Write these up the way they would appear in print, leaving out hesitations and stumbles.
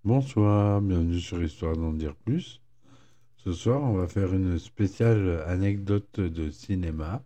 Bonsoir, bienvenue sur Histoire d'en dire plus. Ce soir, on va faire une spéciale anecdote de cinéma.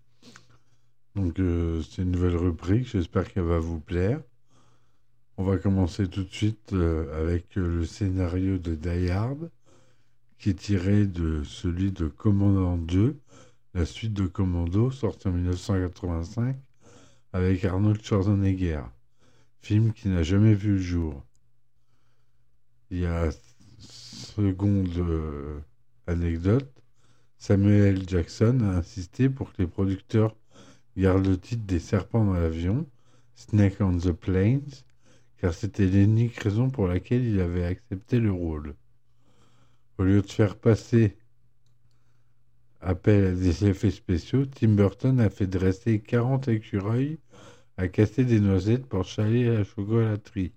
C'est une nouvelle rubrique, j'espère qu'elle va vous plaire. On va commencer tout de suite avec le scénario de Die Hard, qui est tiré de celui de Commandant 2, la suite de Commando, sorti en 1985, avec Arnold Schwarzenegger, film qui n'a jamais vu le jour. Il y a seconde anecdote. Samuel L. Jackson a insisté pour que les producteurs gardent le titre des serpents dans l'avion, Snake on the Plains, car c'était l'unique raison pour laquelle il avait accepté le rôle. Au lieu de faire passer appel à des effets spéciaux, Tim Burton a fait dresser 40 écureuils à casser des noisettes pour chaler la chocolaterie.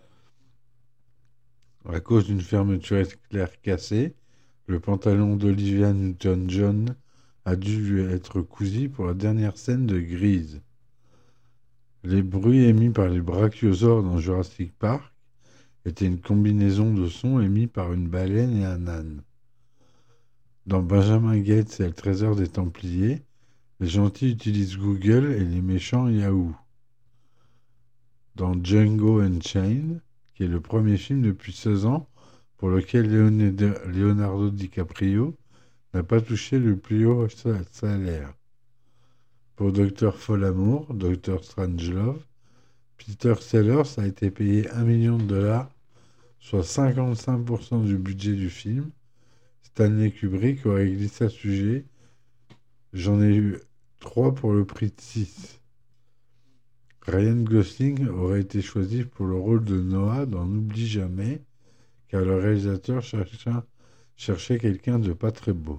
À cause d'une fermeture éclair cassée, le pantalon d'Olivia Newton-John a dû lui être cousu pour la dernière scène de Grease. Les bruits émis par les brachiosaures dans Jurassic Park étaient une combinaison de sons émis par une baleine et un âne. Dans Benjamin Gates et le trésor des Templiers, les gentils utilisent Google et les méchants Yahoo. Dans Django Unchained, qui est le premier film depuis 16 ans pour lequel Leonardo DiCaprio n'a pas touché le plus haut salaire. Pour Dr. Folamour, Dr. Strangelove, Peter Sellers a été payé 1 million de dollars, soit 55% du budget du film. Stanley Kubrick aurait glissé à ce sujet: J'en ai eu 3 pour le prix de 6. Ryan Gosling aurait été choisi pour le rôle de Noah dans N'oublie jamais, car le réalisateur cherchait quelqu'un de pas très beau.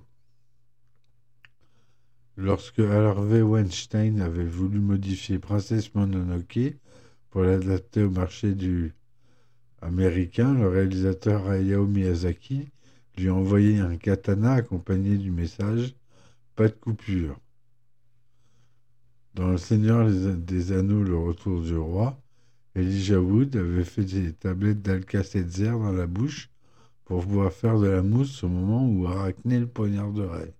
Lorsque Harvey Weinstein avait voulu modifier Princesse Mononoke pour l'adapter au marché américain, le réalisateur Hayao Miyazaki lui a envoyé un katana accompagné du message « Pas de coupure ». Dans Le Seigneur des Anneaux, le retour du roi, Elijah Wood avait fait des tablettes d'Alka-Seltzer dans la bouche pour pouvoir faire de la mousse au moment où Arachné le poignarderait.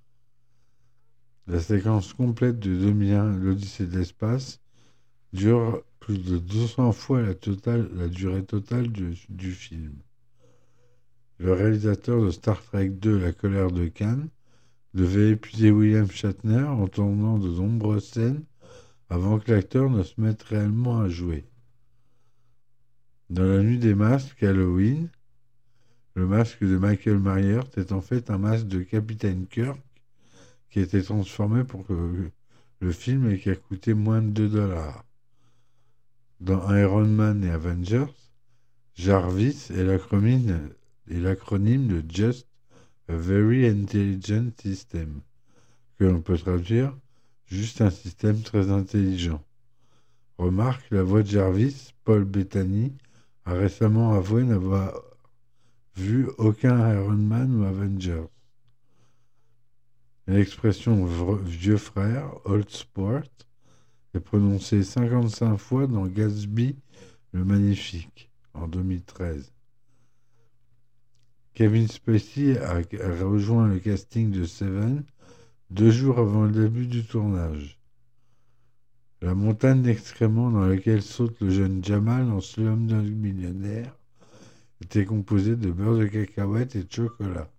La séquence complète de 2001, l'Odyssée de l'espace, dure plus de 200 fois la durée totale du film. Le réalisateur de Star Trek 2, La colère de Khan, devait épuiser William Shatner en tournant de nombreuses scènes avant que l'acteur ne se mette réellement à jouer. Dans La nuit des masques, Halloween, le masque de Michael Myers est en fait un masque de Capitaine Kirk qui a été transformé pour le film et qui a coûté moins de 2 dollars. Dans Iron Man et Avengers, Jarvis est l'acronyme de Just a Very Intelligent System, que l'on peut traduire juste un système très intelligent. Remarque, la voix de Jarvis, Paul Bettany, a récemment avoué n'avoir vu aucun Iron Man ou Avengers. L'expression vieux frère, old sport, est prononcée 55 fois dans Gatsby le Magnifique, en 2013. Kevin Spacey a rejoint le casting de Seven 2 jours avant le début du tournage. La montagne d'excréments dans laquelle saute le jeune Jamal en Slumdog Millionnaire était composée de beurre de cacahuète et de chocolat.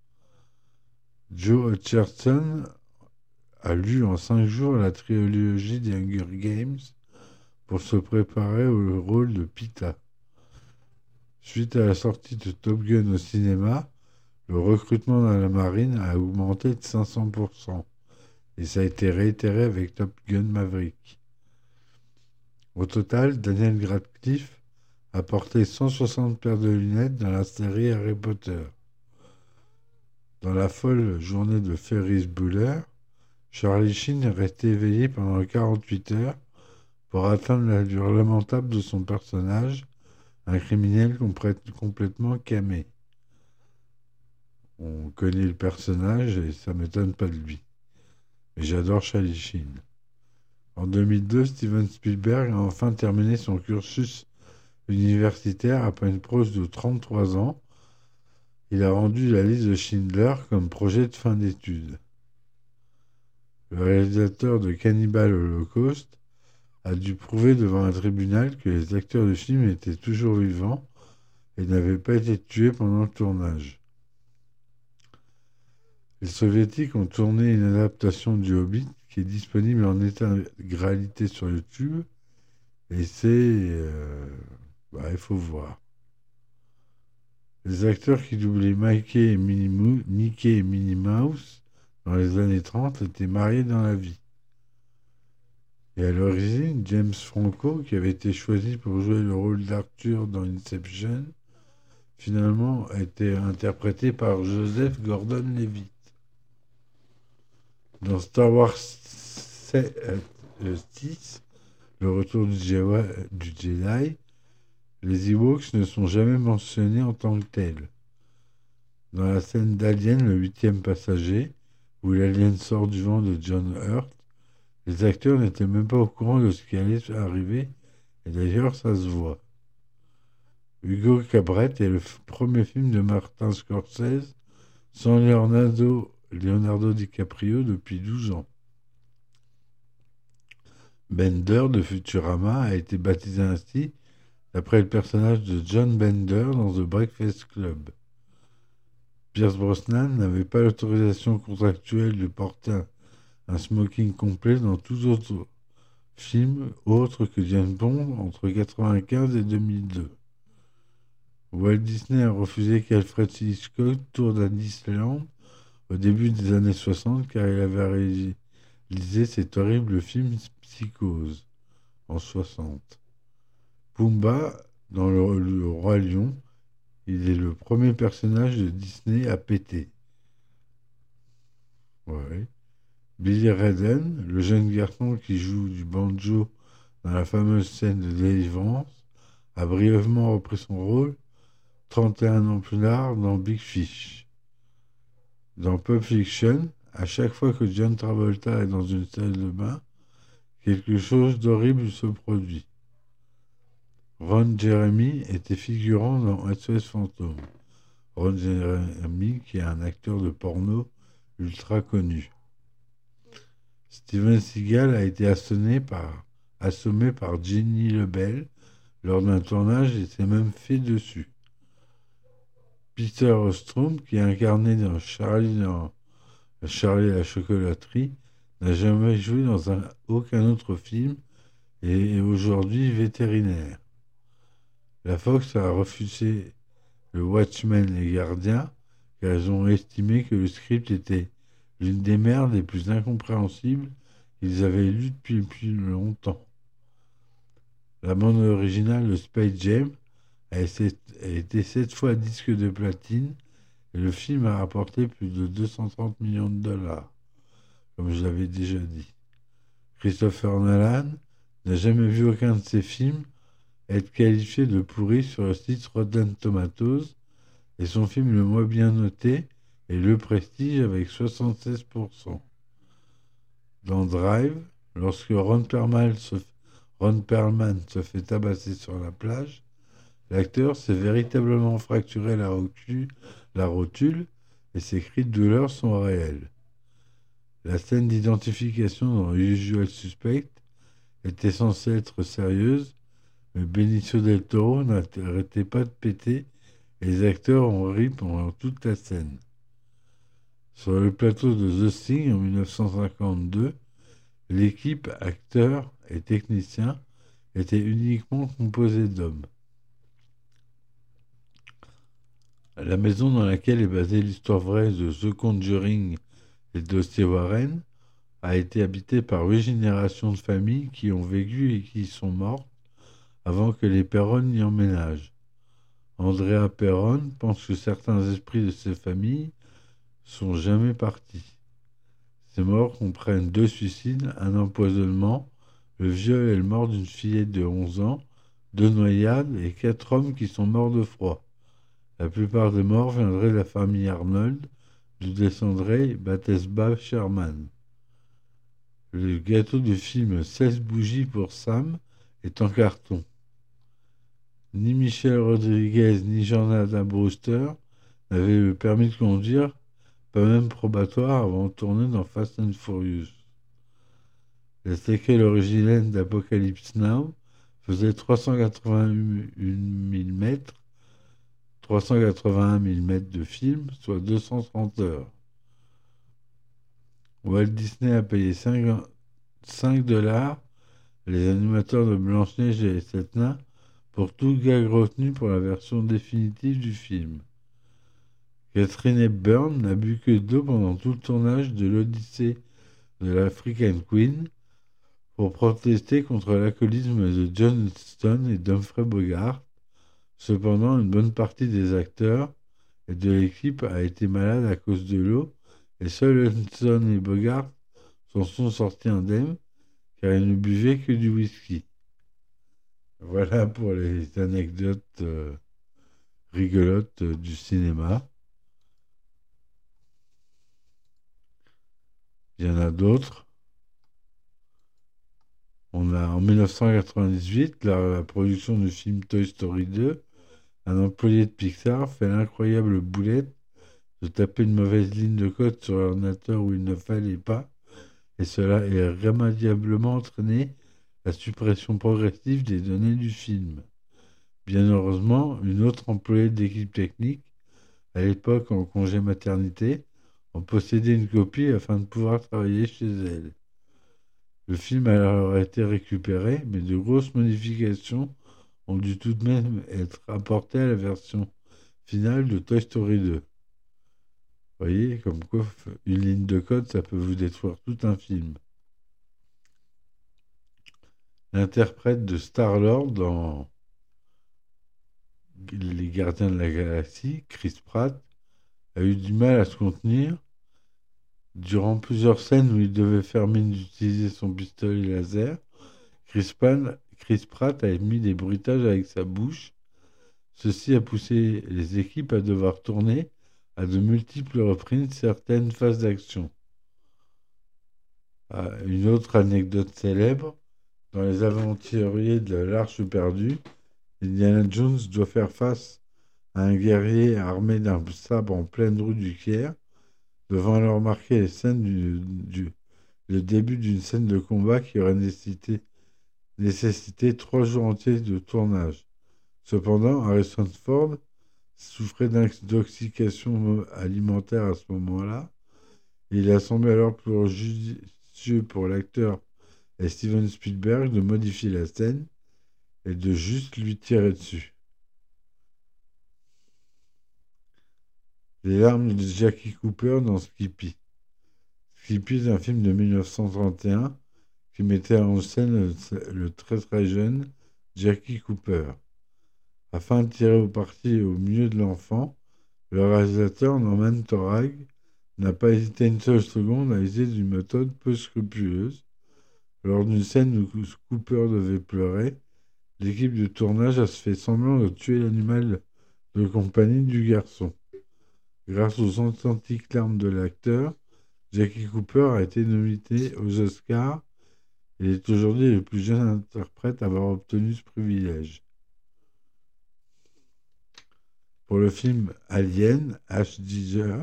Joe Hutcherson a lu en 5 jours la trilogie des Hunger Games pour se préparer au rôle de Pita. Suite à la sortie de Top Gun au cinéma, le recrutement dans la marine a augmenté de 500%, et ça a été réitéré avec Top Gun Maverick. Au total, Daniel Radcliffe a porté 160 paires de lunettes dans la série Harry Potter. Dans la folle journée de Ferris Bueller, Charlie Sheen est resté éveillé pendant 48 heures pour atteindre l'allure lamentable de son personnage, un criminel complètement camé. On connaît le personnage et ça ne m'étonne pas de lui. Mais j'adore Charlie Sheen. En 2002, Steven Spielberg a enfin terminé son cursus Universitaire, après une prose de 33 ans, il a rendu la liste de Schindler comme projet de fin d'études. Le réalisateur de Cannibal Holocaust a dû prouver devant un tribunal que les acteurs du film étaient toujours vivants et n'avaient pas été tués pendant le tournage. Les soviétiques ont tourné une adaptation du Hobbit qui est disponible en intégralité sur YouTube et il faut voir. Les acteurs qui doublaient Mickey et Minnie Mouse dans les années 30 étaient mariés dans la vie. Et à l'origine, James Franco, qui avait été choisi pour jouer le rôle d'Arthur dans Inception, finalement a été interprété par Joseph Gordon-Levitt. Dans Star Wars 6, Le Retour du Jedi, les Ewoks ne sont jamais mentionnés en tant que tels. Dans la scène d'Alien, le 8e passager, où l'alien sort du vent de John Hurt, les acteurs n'étaient même pas au courant de ce qui allait arriver, et d'ailleurs ça se voit. Hugo Cabret est le premier film de Martin Scorsese sans Leonardo DiCaprio depuis 12 ans. Bender de Futurama a été baptisé ainsi d'après le personnage de John Bender dans The Breakfast Club. Pierce Brosnan n'avait pas l'autorisation contractuelle de porter un smoking complet dans tous autres films autres que James Bond entre 1995 et 2002. Walt Disney a refusé qu'Alfred Hitchcock tourne à Disneyland au début des années 60 car il avait réalisé cet horrible film Psychose en 60. Pumba, dans le Roi Lion, il est le premier personnage de Disney à péter. Ouais. Billy Redden, le jeune garçon qui joue du banjo dans la fameuse scène de délivrance, a brièvement repris son rôle 31 ans plus tard dans Big Fish. Dans Pulp Fiction, à chaque fois que John Travolta est dans une salle de bain, quelque chose d'horrible se produit. Ron Jeremy était figurant dans SOS Fantôme. Ron Jeremy, qui est un acteur de porno ultra connu. Steven Seagal a été assommé par Jenny Lebel lors d'un tournage et s'est même fait dessus. Peter Ostrom, qui est incarné dans Charlie et la chocolaterie, n'a jamais joué dans aucun autre film et est aujourd'hui vétérinaire. La Fox a refusé le Watchmen Les Gardiens car ils ont estimé que le script était l'une des merdes les plus incompréhensibles qu'ils avaient lues depuis longtemps. La bande originale de Space Jam a été 7 fois disque de platine et le film a rapporté plus de 230 millions de dollars, comme je l'avais déjà dit. Christopher Nolan n'a jamais vu aucun de ses films être qualifié de pourri sur le site Rotten Tomatoes et son film le moins bien noté est Le Prestige avec 76%. Dans Drive, lorsque Ron Perlman se fait tabasser sur la plage, l'acteur s'est véritablement fracturé la rotule et ses cris de douleur sont réels. La scène d'identification dans Usual Suspect était censée être sérieuse, mais Benicio del Toro n'arrêtait pas de péter et les acteurs ont ri pendant toute la scène. Sur le plateau de The Thing en 1952, l'équipe acteurs et techniciens était uniquement composée d'hommes. La maison dans laquelle est basée l'histoire vraie de The Conjuring et d'Ossie Warren a été habitée par 8 générations de familles qui ont vécu et qui sont mortes avant que les Perron n'y emménagent. Andrea Perron pense que certains esprits de ces familles sont jamais partis. Ces morts comprennent 2 suicides, un empoisonnement, le viol et le mort d'une fillette de 11 ans, 2 noyades et 4 hommes qui sont morts de froid. La plupart des morts viendraient de la famille Arnold, d'où descendrait Bathsheba Sherman. Le gâteau du film 16 bougies pour Sam est en carton. Ni Michelle Rodriguez ni Jordan Brewster n'avaient le permis de conduire, pas même probatoire, avant de tourner dans Fast and Furious. La séquelle originelle d'Apocalypse Now faisait 381 000 mètres de film, soit 230 heures. Walt Disney a payé 5 dollars les animateurs de Blanche-Neige et les 7 nains pour tout gag retenu pour la version définitive du film. Catherine Hepburn n'a bu que d'eau pendant tout le tournage de l'Odyssée de l'African Queen pour protester contre l'alcoolisme de John Huston et d'Humphrey Bogart. Cependant, une bonne partie des acteurs et de l'équipe a été malade à cause de l'eau et seuls Hudson et Bogart s'en sont sortis indemnes car ils ne buvaient que du whisky. Voilà pour les anecdotes rigolotes du cinéma. Il y en a d'autres. On a en 1998, la production du film Toy Story 2, un employé de Pixar fait l'incroyable boulette de taper une mauvaise ligne de code sur l'ordinateur où il ne fallait pas, et cela a irrémédiablement entraîné la suppression progressive des données du film. Bien heureusement, une autre employée de l'équipe technique, à l'époque en congé maternité, en possédait une copie afin de pouvoir travailler chez elle. Le film a alors été récupéré, mais de grosses modifications ont dû tout de même être apportées à la version finale de Toy Story 2. Vous voyez, comme quoi une ligne de code, ça peut vous détruire tout un film. L'interprète de Star-Lord dans Les Gardiens de la Galaxie, Chris Pratt, a eu du mal à se contenir. Durant plusieurs scènes où il devait faire mine d'utiliser son pistolet laser, Chris Pratt a émis des bruitages avec sa bouche. Ceci a poussé les équipes à devoir tourner à de multiples reprises certaines phases d'action. Une autre anecdote célèbre, dans Les Aventuriers de l'Arche perdue, Indiana Jones doit faire face à un guerrier armé d'un sabre en pleine rue du Caire, devant alors marquer le début d'une scène de combat qui aurait nécessité 3 jours entiers de tournage. Cependant, Harrison Ford souffrait d'intoxication alimentaire à ce moment-là. Il a semblé alors plus judicieux pour l'acteur et Steven Spielberg de modifier la scène et de juste lui tirer dessus. Les larmes de Jackie Cooper dans Skippy. Skippy est un film de 1931 qui mettait en scène le très très jeune Jackie Cooper. Afin de tirer parti au mieux de l'enfant, le réalisateur Norman Taurog n'a pas hésité une seule seconde à user d'une méthode peu scrupuleuse. Lors d'une scène où Cooper devait pleurer, l'équipe de tournage a fait semblant de tuer l'animal de compagnie du garçon. Grâce aux authentiques larmes de l'acteur, Jackie Cooper a été nominé aux Oscars et est aujourd'hui le plus jeune interprète à avoir obtenu ce privilège. Pour le film Alien, H. Giger,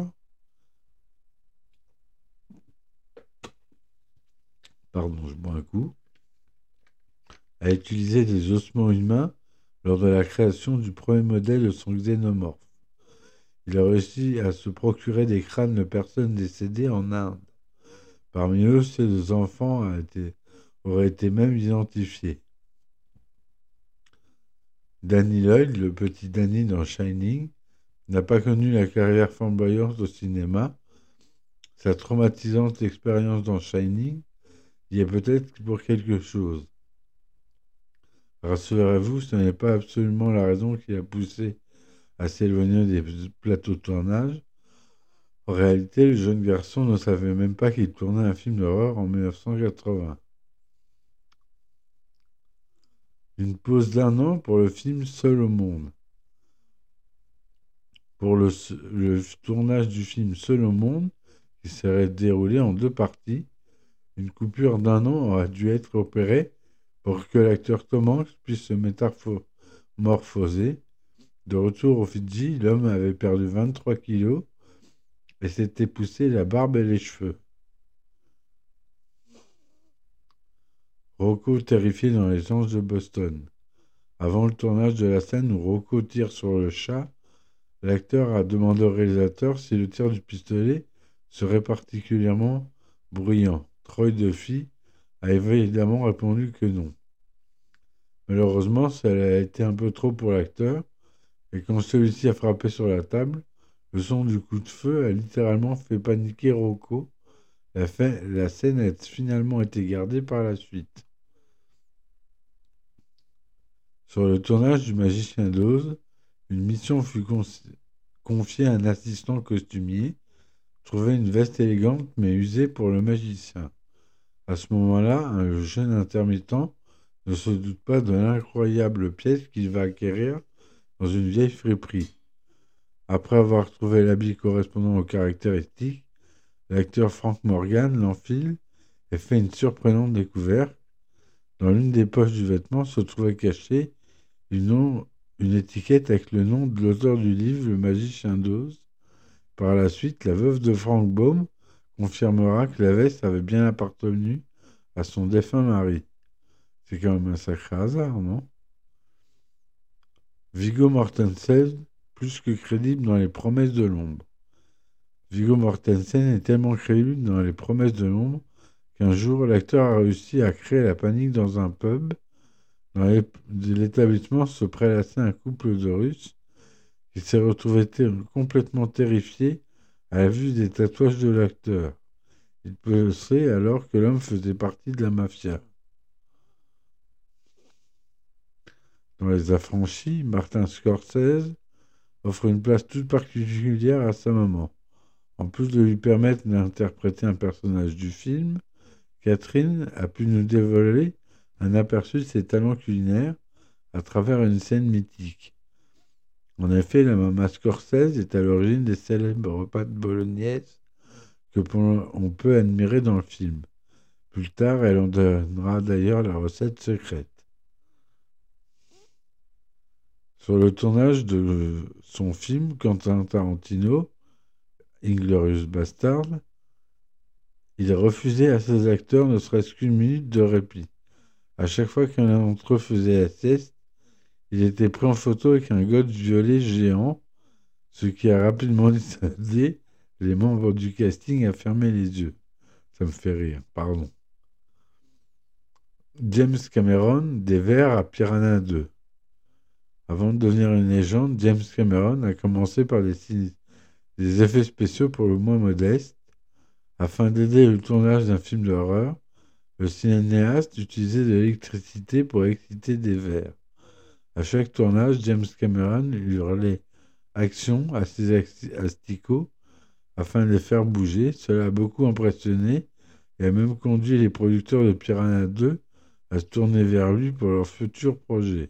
pardon, je bois un coup, a utilisé des ossements humains lors de la création du premier modèle de son xénomorphe. Il a réussi à se procurer des crânes de personnes décédées en Inde. Parmi eux, ceux des enfants auraient été même identifiés. Danny Lloyd, le petit Danny dans Shining, n'a pas connu la carrière flamboyante au cinéma. Sa traumatisante expérience dans Shining y est peut-être pour quelque chose. Rassurez-vous, ce n'est pas absolument la raison qui l'a poussé à s'éloigner des plateaux de tournage. En réalité, le jeune garçon ne savait même pas qu'il tournait un film d'horreur en 1980. Une pause d'1 an pour le film Seul au monde. Pour le tournage du film Seul au monde, qui serait déroulé en 2 parties, une coupure d'1 an aurait dû être opérée pour que l'acteur Tom Hanks puisse se métamorphosé. De retour aux Fidji, l'homme avait perdu 23 kilos et s'était poussé la barbe et les cheveux. Rocco terrifié dans les anges de Boston. Avant le tournage de la scène où Rocco tire sur le chat, l'acteur a demandé au réalisateur si le tir du pistolet serait particulièrement bruyant. Troy Duffy a évidemment répondu que non. Malheureusement, ça a été un peu trop pour l'acteur, et quand celui-ci a frappé sur la table, le son du coup de feu a littéralement fait paniquer Rocco. La scène a finalement été gardée par la suite. Sur le tournage du Magicien d'Oz, une mission fut confiée à un assistant costumier, trouver une veste élégante mais usée pour le magicien. À ce moment-là, un jeune intermittent ne se doute pas de l'incroyable pièce qu'il va acquérir dans une vieille friperie. Après avoir trouvé l'habit correspondant aux caractéristiques, l'acteur Frank Morgan l'enfile et fait une surprenante découverte. Dans l'une des poches du vêtement se trouvait cachée une étiquette avec le nom de l'auteur du livre Le Magicien d'Oz. Par la suite, la veuve de Frank Baum confirmera que la veste avait bien appartenu à son défunt mari. C'est quand même un sacré hasard, non? Viggo Mortensen, plus que crédible dans Les Promesses de l'ombre. Viggo Mortensen est tellement crédible dans Les Promesses de l'ombre qu'un jour, l'acteur a réussi à créer la panique dans un pub. Dans l'établissement se prélassait un couple de Russes qui s'est retrouvé complètement terrifié à la vue des tatouages de l'acteur. Il pensait alors que l'homme faisait partie de la mafia. Dans Les Affranchis, Martin Scorsese offre une place toute particulière à sa maman. En plus de lui permettre d'interpréter un personnage du film, Catherine a pu nous dévoiler un aperçu de ses talents culinaires à travers une scène mythique. En effet, la maman Scorsese est à l'origine des célèbres pâtes bolognaises que on peut admirer dans le film. Plus tard, elle en donnera d'ailleurs la recette secrète. Sur le tournage de son film, Quentin Tarantino, Inglourious Bastard, il refusait à ses acteurs ne serait-ce qu'une minute de répit. À chaque fois qu'un d'entre eux faisait la sieste, il était pris en photo avec un gosse violet géant, ce qui a rapidement dissuadé les membres du casting à fermer les yeux. Ça me fait rire, pardon. James Cameron, des vers à Piranha 2. Avant de devenir une légende, James Cameron a commencé par des effets spéciaux pour le moins modestes. Afin d'aider le tournage d'un film d'horreur, le cinéaste utilisait de l'électricité pour exciter des vers. À chaque tournage, James Cameron hurlait action à ses asticots afin de les faire bouger. Cela a beaucoup impressionné et a même conduit les producteurs de Piranha 2 à se tourner vers lui pour leur futur projet.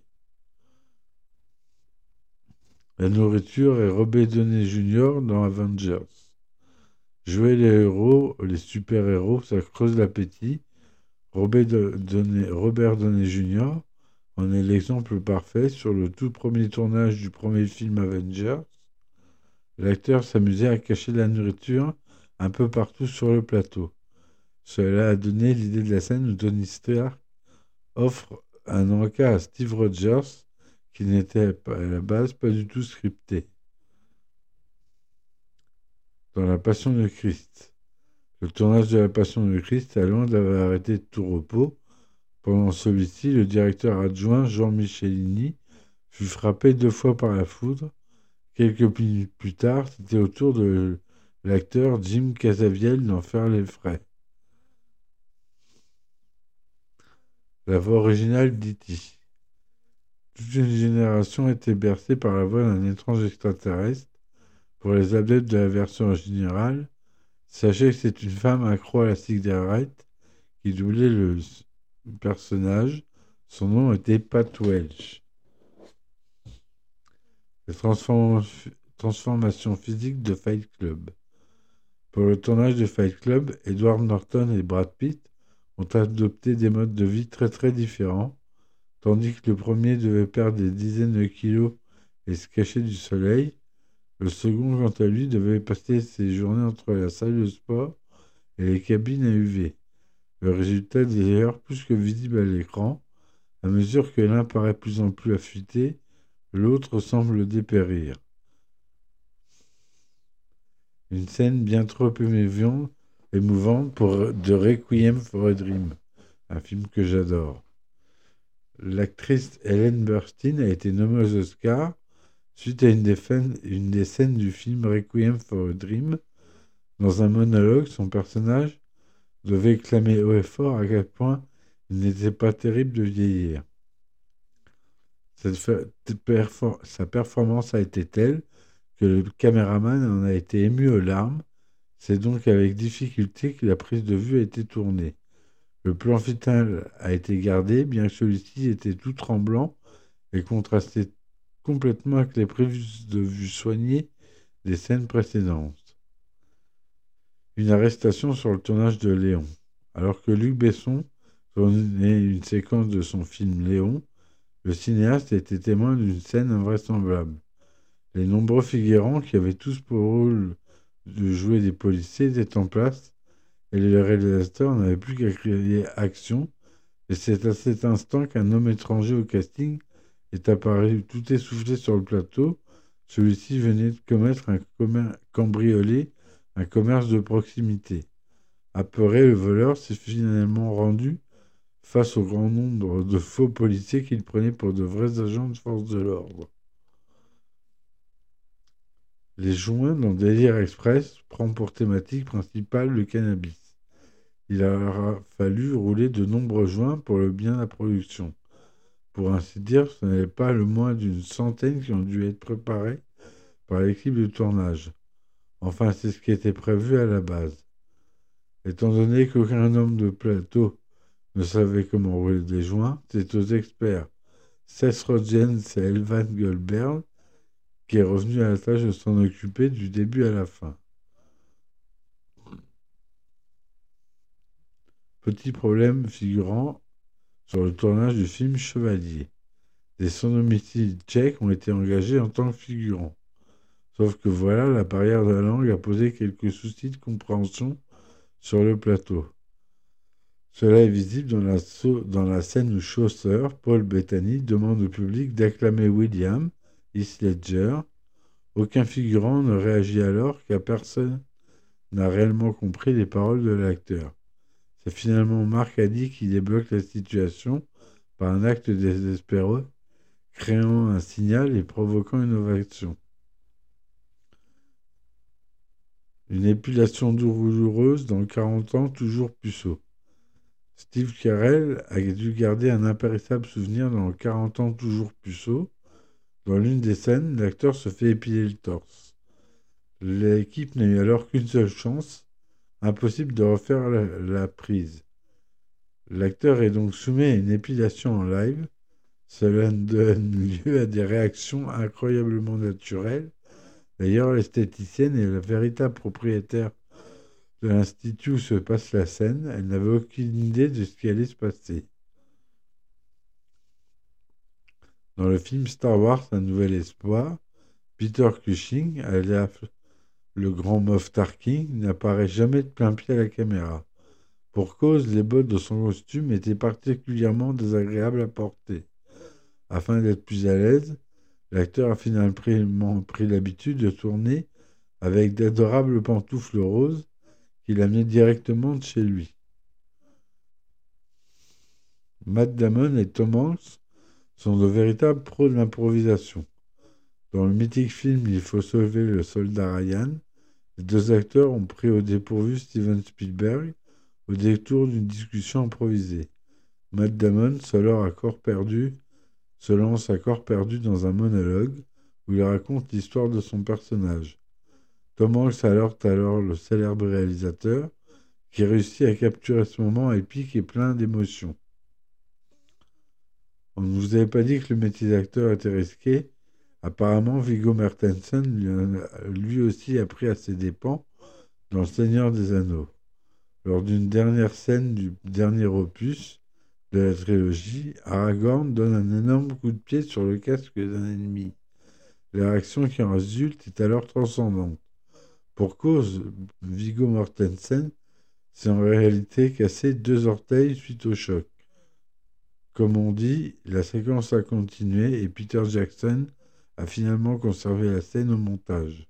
La nourriture est Robert Downey Jr. dans Avengers. Jouer les super-héros, ça creuse l'appétit. Robert Downey Jr. en est l'exemple parfait. Sur le tout premier tournage du premier film Avengers, l'acteur s'amusait à cacher la nourriture un peu partout sur le plateau. Cela a donné l'idée de la scène où Tony Stark offre un encas à Steve Rogers qui n'était à la base pas du tout scripté. Dans La Passion de Christ. Le tournage de La Passion de Christ a loin d'avoir arrêté de tout repos. Pendant celui-ci, le directeur adjoint Jean Michelini fut frappé 2 fois par la foudre. Quelques minutes plus tard, c'était au tour de l'acteur Jim Caviezel d'en faire les frais. La voix originale d'E.T. Toute une génération était bercée par la voix d'un étrange extraterrestre. Pour les adeptes de la version générale, sachez que c'est une femme accro à la cigarette qui doublait le personnage. Son nom était Pat Welch. Les transformations physiques de Fight Club. Pour le tournage de Fight Club, Edward Norton et Brad Pitt ont adopté des modes de vie très très différents, Tandis que le premier devait perdre des dizaines de kilos et se cacher du soleil, le second, quant à lui, devait passer ses journées entre la salle de sport et les cabines à UV. Le résultat est d'ailleurs plus que visible à l'écran. À mesure que l'un paraît de plus en plus affûté, l'autre semble dépérir. Une scène bien trop émouvante pour de Requiem for a Dream, un film que j'adore. L'actrice Ellen Burstyn a été nommée aux Oscars suite à une des scènes du film Requiem for a Dream. Dans un monologue, son personnage devait clamer haut et fort à quel point il n'était pas terrible de vieillir. Sa performance a été telle que le caméraman en a été ému aux larmes. C'est donc avec difficulté que la prise de vue a été tournée. Le plan final a été gardé, bien que celui-ci était tout tremblant et contrastait complètement avec les prises de vue soignées des scènes précédentes. Une arrestation sur le tournage de Léon. Alors que Luc Besson tournait une séquence de son film Léon, le cinéaste était témoin d'une scène invraisemblable. Les nombreux figurants qui avaient tous pour rôle de jouer des policiers étaient en place et le réalisateur n'avait plus qu'à crier action. Et c'est à cet instant qu'un homme étranger au casting est apparu tout essoufflé sur le plateau. Celui-ci venait de commettre cambrioler un commerce de proximité. Apeuré, le voleur s'est finalement rendu face au grand nombre de faux policiers qu'il prenait pour de vrais agents de force de l'ordre. Les joints dans Délire Express prend pour thématique principale le cannabis. Il aura fallu rouler de nombreux joints pour le bien de la production. Pour ainsi dire, ce n'est pas le moins d'une centaine qui ont dû être préparés par l'équipe de tournage. Enfin, c'est ce qui était prévu à la base. Étant donné qu'aucun homme de plateau ne savait comment rouler des joints, c'est aux experts Seth Rogen et Elvan Goldberg qui est revenu à la tâche de s'en occuper du début à la fin. Petit problème figurant sur le tournage du film Chevalier. Des sonomicides tchèques ont été engagés en tant que figurants. Sauf que voilà, la barrière de la langue a posé quelques soucis de compréhension sur le plateau. Cela est visible dans la scène où Chaucer, Paul Bettany, demande au public d'acclamer William, Heath Ledger. Aucun figurant ne réagit alors car personne n'a réellement compris les paroles de l'acteur. C'est finalement Marc Haddy qui débloque la situation par un acte désespéré, créant un signal et provoquant une ovation. Une épilation douloureuse dans 40 ans, toujours puceau. Steve Carell a dû garder un impérissable souvenir dans 40 ans, toujours puceau. Dans l'une des scènes, l'acteur se fait épiler le torse. L'équipe n'a eu alors qu'une seule chance, impossible de refaire la prise. L'acteur est donc soumis à une épilation en live. Cela donne lieu à des réactions incroyablement naturelles. D'ailleurs, l'esthéticienne est la véritable propriétaire de l'institut où se passe la scène. Elle n'avait aucune idée de ce qui allait se passer. Dans le film Star Wars, Un Nouvel Espoir, Peter Cushing, alias le grand Moff Tarkin, n'apparaît jamais de plein pied à la caméra. Pour cause, les bottes de son costume étaient particulièrement désagréables à porter. Afin d'être plus à l'aise, l'acteur a finalement pris l'habitude de tourner avec d'adorables pantoufles roses qu'il amenait directement de chez lui. Matt Damon et Tom Hanks sont de véritables pros de l'improvisation. Dans le mythique film Il faut sauver le soldat Ryan, les deux acteurs ont pris au dépourvu Steven Spielberg au détour d'une discussion improvisée. Matt Damon se lance à corps perdu dans un monologue où il raconte l'histoire de son personnage. Tom Hanks alerte alors le célèbre réalisateur qui réussit à capturer ce moment épique et plein d'émotions. On ne vous avait pas dit que le métier d'acteur était risqué. Apparemment, Viggo Mortensen lui aussi a pris à ses dépens dans Le Seigneur des Anneaux. Lors d'une dernière scène du dernier opus, de la trilogie, Aragorn donne un énorme coup de pied sur le casque d'un ennemi. La réaction qui en résulte est alors transcendante. Pour cause, Viggo Mortensen s'est en réalité cassé 2 orteils suite au choc. Comme on dit, la séquence a continué et Peter Jackson a finalement conservé la scène au montage.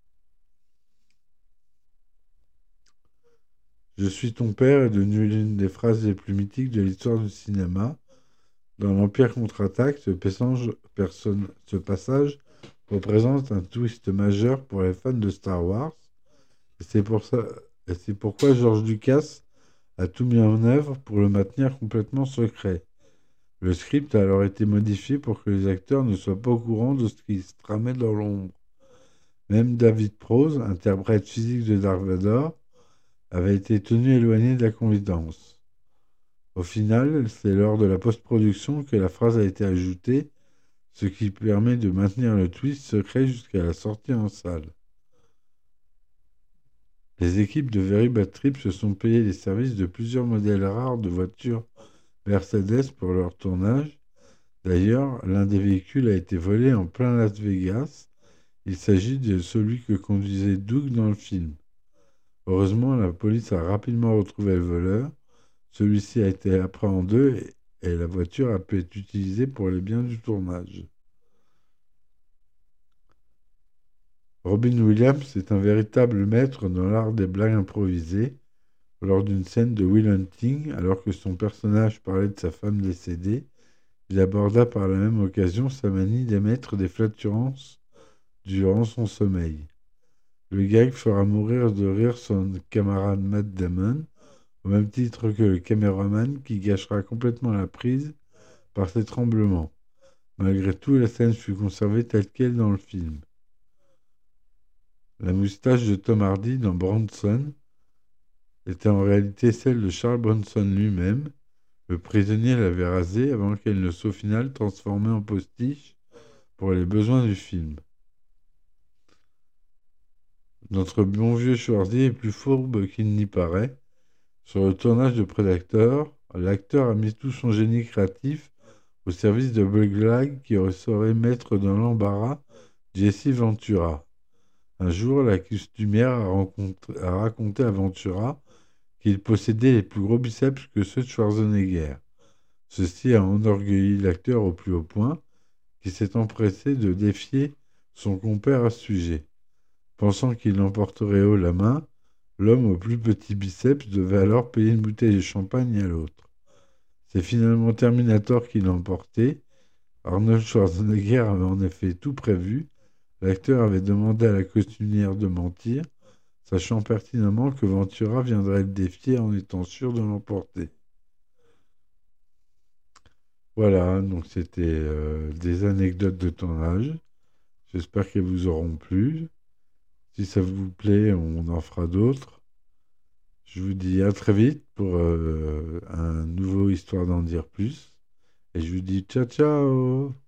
Je suis ton père est devenue l'une des phrases les plus mythiques de l'histoire du cinéma. Dans l'Empire contre-attaque, ce passage représente un twist majeur pour les fans de Star Wars. Et c'est pourquoi George Lucas a tout mis en œuvre pour le maintenir complètement secret. Le script a alors été modifié pour que les acteurs ne soient pas au courant de ce qui se tramait dans l'ombre. Même David Prowse, interprète physique de Dark Vador, avait été tenu éloigné de la confidence. Au final, c'est lors de la post-production que la phrase a été ajoutée, ce qui permet de maintenir le twist secret jusqu'à la sortie en salle. Les équipes de Very Bad Trip se sont payées les services de plusieurs modèles rares de voitures Mercedes pour leur tournage. D'ailleurs, l'un des véhicules a été volé en plein Las Vegas. Il s'agit de celui que conduisait Doug dans le film. Heureusement, la police a rapidement retrouvé le voleur. Celui-ci a été appréhendé et la voiture a pu être utilisée pour les biens du tournage. Robin Williams est un véritable maître dans l'art des blagues improvisées. Lors d'une scène de Will Hunting, alors que son personnage parlait de sa femme décédée, il aborda par la même occasion sa manie d'émettre des flatulences durant son sommeil. Le gag fera mourir de rire son camarade Matt Damon, au même titre que le caméraman qui gâchera complètement la prise par ses tremblements. Malgré tout, la scène fut conservée telle qu'elle dans le film. La moustache de Tom Hardy dans Bronson était en réalité celle de Charles Bronson lui-même. Le prisonnier l'avait rasée avant qu'elle ne soit au final transformée en postiche pour les besoins du film. Notre bon vieux Schwarzy est plus fourbe qu'il n'y paraît. Sur le tournage de Predator, l'acteur a mis tout son génie créatif au service de Bug Lag qui saurait mettre dans l'embarras Jesse Ventura. Un jour, la costumière a raconté à Ventura qu'il possédait les plus gros biceps que ceux de Schwarzenegger. Ceci a enorgueilli l'acteur au plus haut point, qui s'est empressé de défier son compère à ce sujet. Pensant qu'il l'emporterait haut la main, l'homme au plus petit biceps devait alors payer une bouteille de champagne à l'autre. C'est finalement Terminator qui l'a emporté. Arnold Schwarzenegger avait en effet tout prévu. L'acteur avait demandé à la costumière de mentir, sachant pertinemment que Ventura viendrait le défier en étant sûr de l'emporter. Voilà, donc c'était des anecdotes de tournage. J'espère qu'elles vous auront plu. Si ça vous plaît, on en fera d'autres. Je vous dis à très vite pour un nouveau Histoire d'en dire plus. Et je vous dis ciao ciao.